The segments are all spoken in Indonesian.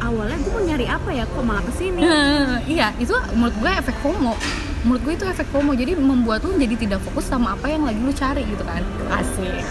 awalnya gue mau nyari apa ya, kok malah kesini. Iya, itu menurut gue efek FOMO. Menurut gue itu efek FOMO, jadi membuat lu jadi tidak fokus sama apa yang lagi lu cari gitu kan. Asik.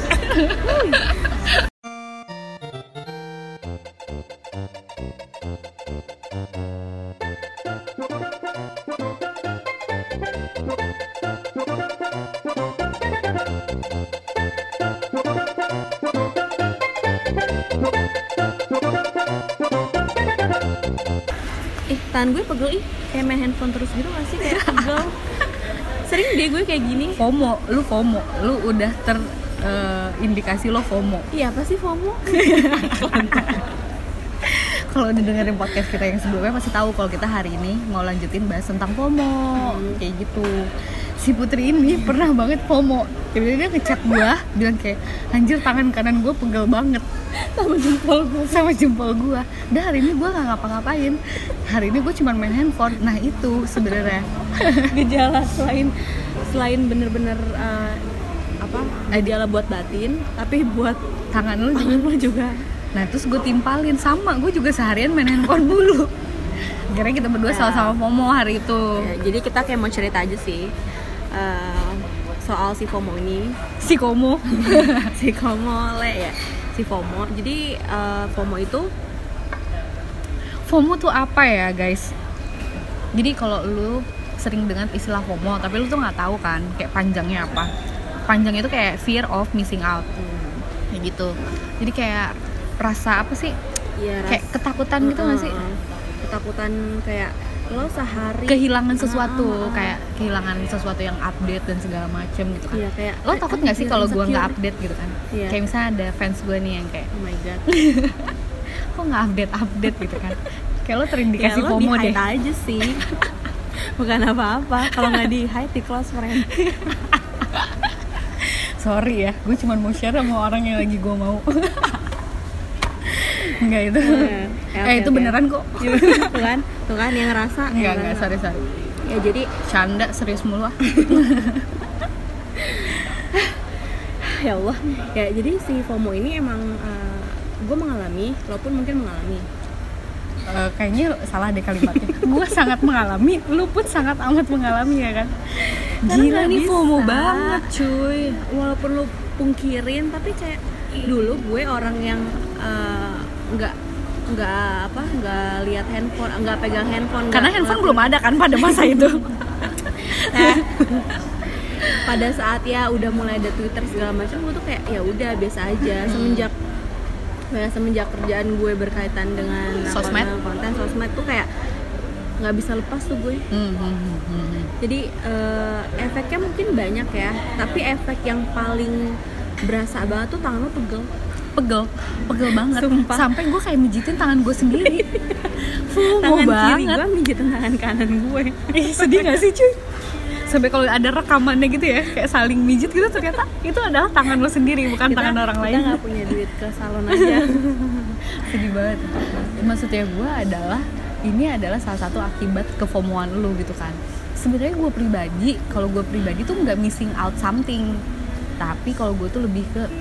Tangan gue pegel kayak main handphone terus gitu gak sih, kayak pegel. Sering deh gue kayak gini. FOMO, lu udah indikasi lo FOMO. Iya, apa sih FOMO? Kalau udah dengerin podcast kita yang sebelumnya pasti tahu kalau kita hari ini mau lanjutin bahas tentang FOMO. Kayak gitu. Si Putri ini pernah banget FOMO. Tiba-tiba dia ngechat gue, bilang kayak, anjir tangan kanan gue pegel banget sama jempol gue. Dah hari ini gue gak ngapa-ngapain. Hari ini gue cuma main handphone. Nah itu sebenarnya gejala selain bener-bener gejala buat batin, tapi buat tangan lu juga. Nah terus gue timpalin sama, gue juga seharian main handphone dulu. Akhirnya kita berdua sama-sama FOMO hari itu. Ya, jadi kita kayak mau cerita aja sih soal si FOMO ini. Si FOMO ya. Si FOMO. Jadi FOMO tuh apa ya guys? Jadi kalau lu sering dengar istilah FOMO, tapi lu tuh nggak tahu kan kayak panjangnya apa. Panjangnya itu kayak fear of missing out. Kayak gitu. Jadi kayak rasa apa sih? Ya, kayak ketakutan gitu nggak sih? Ketakutan kayak lo sehari kehilangan sesuatu, kayak kehilangan sesuatu yang update dan segala macem gitu kan. Iya, kayak lo takut nggak sih kalau gue nggak update gitu kan? Iya. Kayak misalnya ada fans gue nih yang kayak, oh my god, kok nggak update gitu kan? Kayak lo terindikasi ya, FOMO deh. Ya lo di hide aja sih, bukan apa-apa. Kalau nggak di hide di close friend. Sorry ya, gue cuma mau share sama orang yang lagi gue mau. Enggak itu. Itu beneran kok. Tuh kan yang ngerasa. Enggak, sorry. Ya jadi canda, serius mulu ah. Ya Allah. Ya jadi si FOMO ini emang gue mengalami, lo pun mungkin mengalami. Kayaknya salah deh kalimatnya. Gue sangat mengalami, lu pun sangat amat mengalami ya kan. Gila nih FOMO banget cuy. Walaupun lu pungkirin, tapi kayak dulu gue orang yang nggak lihat handphone, nggak pegang handphone. Karena handphone belum ada kan pada masa itu. Nah, pada saat ya udah mulai ada Twitter segala macam, gue tuh kayak ya udah biasa aja. Semenjak kerjaan gue berkaitan dengan konten sosmed tuh kayak nggak bisa lepas tuh gue. Jadi efeknya mungkin banyak ya, tapi efek yang paling berasa banget tuh tangan lo pegel banget. Sumpah. Sampai gue kayak mijitin tangan gue sendiri. Tangan kiri gue mijitin tangan kanan gue. Sedih gak sih cuy? Sampai kalau ada rekamannya gitu ya, kayak saling mijit gitu, ternyata itu adalah tangan lo sendiri, bukan tangan orang lain. Kita nggak punya duit ke salon aja. Sedih banget. Maksudnya gue ini adalah salah satu akibat kefomoan lo gitu kan. Sebenarnya kalau gue pribadi tuh nggak missing out something, tapi kalau gue tuh lebih ke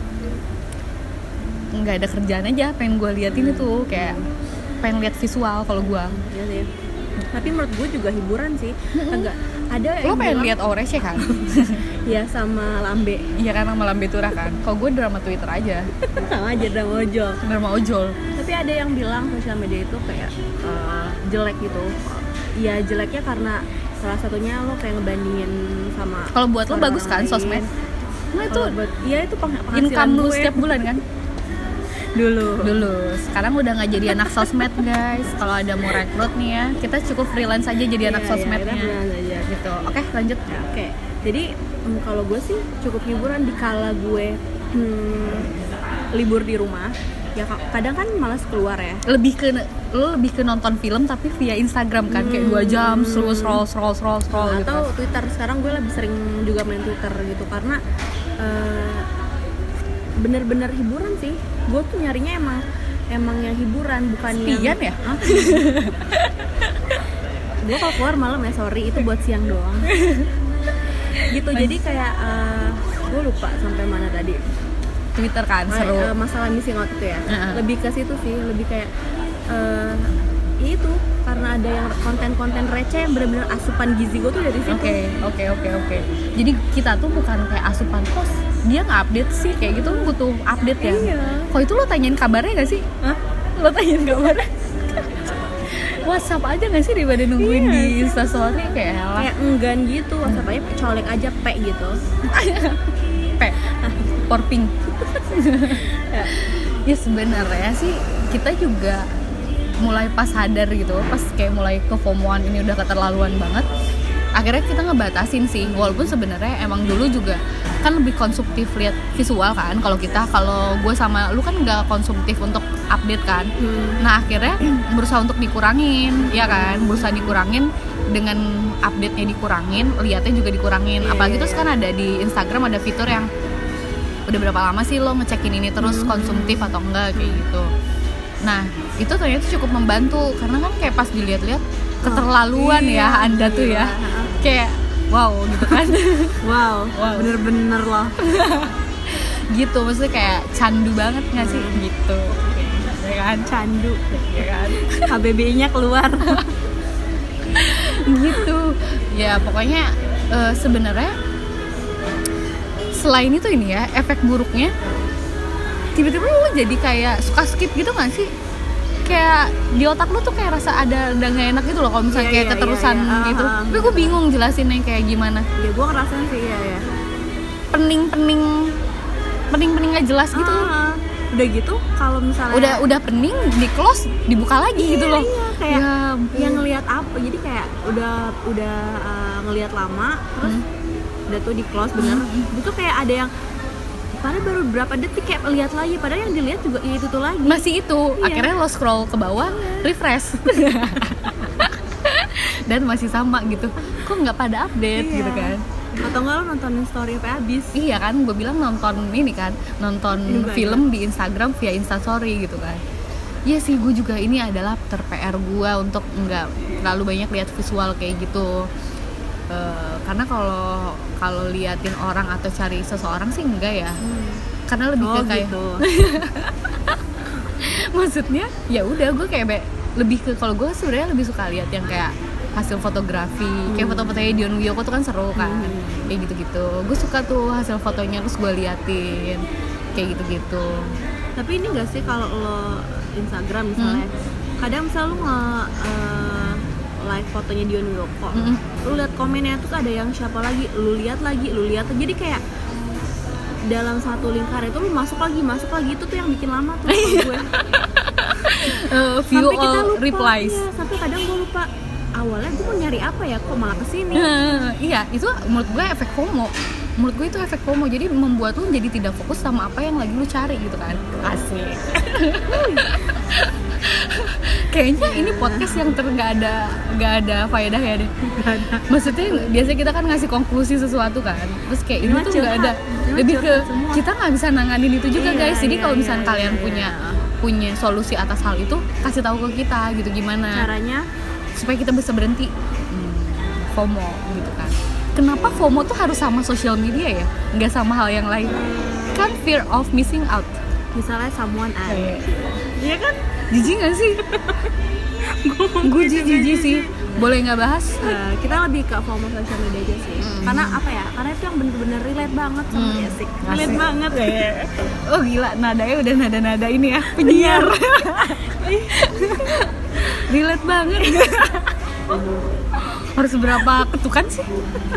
nggak ada kerjaan aja, pengen gue liatin itu, kayak pengen lihat visual kalau gue. Iya sih. Tapi menurut gue juga hiburan sih. Agak ada lo pengen lihat Ores ya kan? Iya, sama Lambe. Iya kan, sama Lambe Turah kan. Kalau gue drama Twitter aja. Sama aja drama ojol. Tapi ada yang bilang sosial media itu kayak jelek gitu. Iya, jeleknya karena salah satunya lo kayak ngebandingin sama. Kalau buat lo bagus kan sosmed? Nah itu, iya itu penghasilan income lu gue setiap bulan kan? Dulu. Sekarang udah nggak jadi anak sosmed guys. Kalau ada mau rekrut nih ya, kita cukup freelance aja jadi anak sosmednya. Aja. Gitu. Oke, lanjut. Ya, oke. Jadi kalau gue sih cukup hiburan di kala gue libur di rumah. Ya kadang kan malas keluar ya. Lebih ke nonton film tapi via Instagram kan, kayak 2 jam scroll atau gitu. Twitter. Sekarang gue lebih sering juga main Twitter gitu karena bener-bener hiburan sih. Gue tuh nyarinya emang yang hiburan, bukan Spian ya? Gue kalau keluar malam ya, sorry, itu buat siang doang. Gitu. Jadi kayak gue lupa sampai mana tadi. Twitter kan seru. Masalah missing out itu ya. Lebih ke situ sih, lebih kayak itu, karena ada yang konten-konten receh yang benar-benar asupan gizi gue tuh dari situ. Oke. Jadi kita tuh bukan kayak asupan kos, dia nggak update sih kayak gitu, butuh update ya. Iya. Kok itu lo tanyain kabarnya gak sih? Hah? Lo tanyain kabarnya? WhatsApp aja gak sih daripada nungguin di Instastory kayak enggan gitu, WhatsApp aja colek aja gitu. Porping. Ya sebenarnya sih kita juga mulai pas sadar gitu, pas kayak mulai ke FOMO-an ini udah keterlaluan banget. Akhirnya kita ngebatasin sih, walaupun sebenarnya emang dulu juga kan lebih konsumtif lihat visual kan. Kalau gue sama lu kan nggak konsumtif untuk update kan. Nah akhirnya berusaha untuk dikurangin, ya kan, berusaha dikurangin dengan update-nya dikurangin, lihatnya juga dikurangin. Apalagi terus kan ada di Instagram ada fitur yang udah berapa lama sih lo ngecekin ini terus konsumtif atau enggak kayak gitu. Nah itu ternyata cukup membantu karena kan kayak pas dilihat-lihat keterlaluan ya Anda tuh ya, kayak wow gitu kan. wow. Bener-bener loh. Gitu, maksudnya kayak candu banget nggak sih gitu ya kan, candu ya kan. HBBI-nya keluar. Gitu ya pokoknya. Sebenarnya selain itu ini ya, efek buruknya tiba-tiba lu jadi kayak suka skip gitu nggak sih? Kayak di otak lu tuh kayak rasa ada nggak enak gitu loh kalau misalnya kayak keterusan gitu. Tapi gue bingung jelasinnya kayak gimana. Ya gue ngerasain sih ya. Pening nggak jelas gitu. Udah gitu kalau misalnya udah pening di close dibuka lagi gitu loh. Iya, kayak yang ngelihat apa. Jadi kayak udah ngelihat lama terus udah tuh di close bener. Itu kayak ada yang padahal baru berapa detik kayak lihat lagi, padahal yang dilihat juga itu tuh lagi. Masih itu. Iya. Akhirnya lo scroll ke bawah, refresh. Dan masih sama gitu. Kok nggak pada update gitu kan? Atau nggak lo nontonin story sampai habis? Iya kan, gue bilang nonton ini kan, nonton film di Instagram via Instastory gitu kan. Iya sih, gue juga ini adalah ter-PR gue untuk nggak terlalu banyak lihat visual kayak gitu. Karena kalau liatin orang atau cari seseorang sih enggak ya. Karena lebih ke kayak gitu. Maksudnya ya udah gue kayak lebih ke, kalau gue sebenarnya lebih suka lihat yang kayak hasil fotografi, kayak foto-fotonya Dion Wiyoko tuh kan seru kan, kayak gitu-gitu. Gue suka tuh hasil fotonya terus gue liatin kayak gitu-gitu. Tapi ini nggak sih kalau lo Instagram misalnya, kadang misalnya lo like fotonya Dion Wiyoko, lu lihat komennya tuh ada yang siapa lagi, lu lihat jadi kayak dalam satu lingkaran itu lu masuk lagi itu tuh yang bikin lama tuh gue. View sampai kita all lupa, replies. ya, sampai kadang gue lupa awalnya gue mau nyari apa ya, kok malah kesini. Iya, itu menurut gue efek FOMO. Menurut gue itu efek FOMO, jadi membuat lu jadi tidak fokus sama apa yang lagi lu cari gitu kan. Asik. Kayaknya ini podcast yang nggak ada faedah ya deh. Maksudnya biasanya kita kan ngasih konklusi sesuatu kan, terus kayak ini tuh nggak ada. Lebih ke kita nggak bisa nanganin itu juga guys. Jadi kalau misalnya kalian punya solusi atas hal itu, kasih tahu ke kita gitu gimana caranya supaya kita bisa berhenti FOMO gitu kan. Kenapa FOMO tuh harus sama social media ya? Nggak sama hal yang lain? Kan fear of missing out. Misalnya someone else. Iya kan? Jijik gak sih? Gue jijik sih. Boleh nggak bahas? Kita lebih ke FOMO social media aja sih. Karena apa ya? Karena itu yang bener-bener relate banget sama Asik. Relate banget ya. Oh gila, nadanya udah nada-nada ini ya, penyiar. Relate banget. Harus berapa ketukan sih?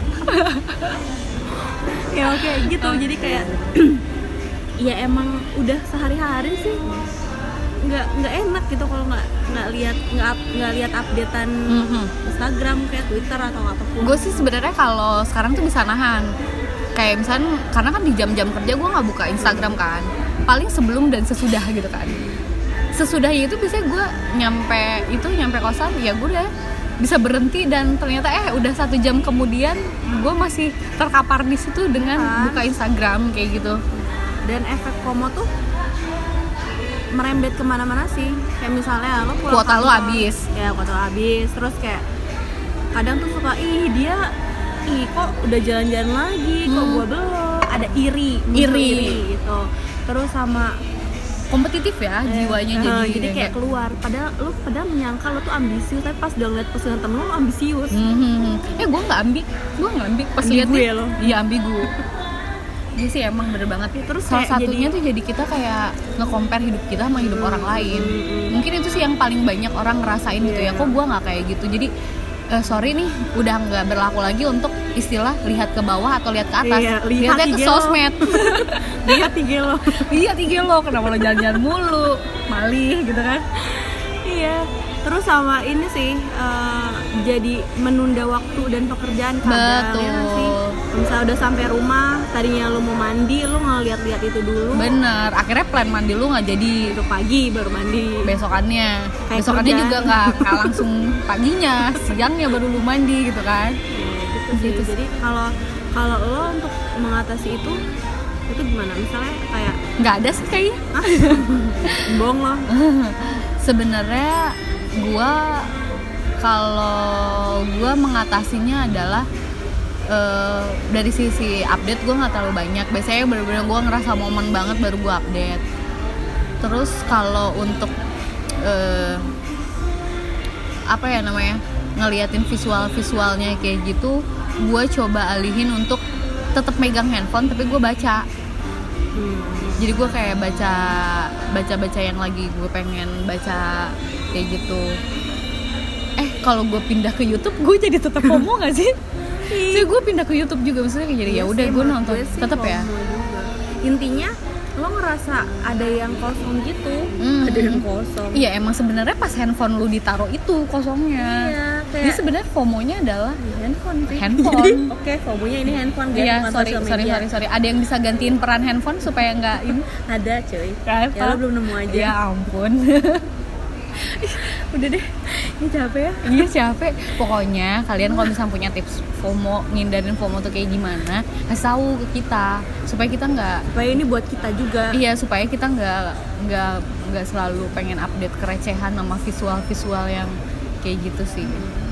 Ya oke gitu. Jadi kayak ya emang udah sehari-hari sih nggak enak gitu kalau nggak lihat updatean Instagram kayak Twitter atau apapun. Gue sih sebenarnya kalau sekarang tuh bisa nahan. Kayak misalnya karena kan di jam-jam kerja gue nggak buka Instagram kan. Paling sebelum dan sesudah gitu kan. Sesudahnya itu biasanya gue nyampe kosan ya gue udah bisa berhenti dan ternyata udah 1 jam kemudian gue masih terkapar di situ dengan buka Instagram kayak gitu. Dan efek FOMO tuh merembet kemana-mana sih. Kayak misalnya lo pulang kuota lo habis. Ya kuota lo habis. Terus kayak kadang tuh suka dia kok udah jalan-jalan lagi, kok gua belum. Ada iri gitu. Terus sama kompetitif ya jiwanya jadi kayak keluar. Padahal menyangka lo tuh ambisius, tapi pas udah ngeliat postingan temen lo ambisius. Gue nggak ambi pas lihat lo. Iya ambigu. Jadi sih emang bener banget. Terus salah satunya tuh jadi kita kayak nge-compare hidup kita sama hidup orang lain. Mungkin itu sih yang paling banyak orang ngerasain gitu ya. Kok gue nggak kayak gitu. Jadi sorry nih, udah nggak berlaku lagi untuk istilah lihat ke bawah atau lihat ke atas. Lihatnya ke sosmed. Lihat IG lo. Kenapa lo jalan-jalan mulu, malih gitu kan? Iya. Terus sama ini sih jadi menunda waktu dan pekerjaan kadang. Betul. Ya sih. Misalnya udah sampai rumah, tadinya lo mau mandi, lo ngeliat-liat itu dulu. Bener. Akhirnya plan mandi lo nggak jadi. Itu pagi baru mandi. Besokannya kerjaan. Juga nggak langsung paginya, siangnya baru lo mandi gitu kan? Gitu. Jadi kalau lo untuk mengatasi itu gimana? Misalnya kayak nggak ada sih kayaknya. Bohong lo. Sebenarnya kalau gue mengatasinya adalah dari sisi update gue nggak terlalu banyak. Biasanya bener-bener gue ngerasa momen banget baru gue update. Terus kalau untuk ngeliatin visualnya kayak gitu, gue coba alihin untuk tetap megang handphone tapi gue baca. Jadi gue kayak baca yang lagi gue pengen baca kayak gitu. Kalau gue pindah ke YouTube gue jadi tetap FOMO nggak sih? Jadi gue pindah ke YouTube juga, maksudnya kayak jadi ya udah gue nonton tetap ya. Juga. Intinya lo ngerasa ada yang kosong gitu, ada yang kosong. Iya emang sebenarnya pas handphone lo ditaruh itu kosongnya. Iya, kayak jadi sebenarnya FOMO-nya adalah handphone. Oke, FOMO-nya ini handphone. Iya, sorry. Ada yang bisa gantiin peran handphone supaya nggak ini? Ada cuy. Ya lo belum nemu aja. Ya ampun. Udah deh, ini capek ya? Iya capek. Pokoknya kalian kalau misalnya punya tips FOMO, ngindarin FOMO tuh kayak gimana, kasih tahu ke kita supaya kita nggak. Supaya ini buat kita juga. Iya, supaya kita nggak selalu pengen update kerecehan sama visual yang kayak gitu sih.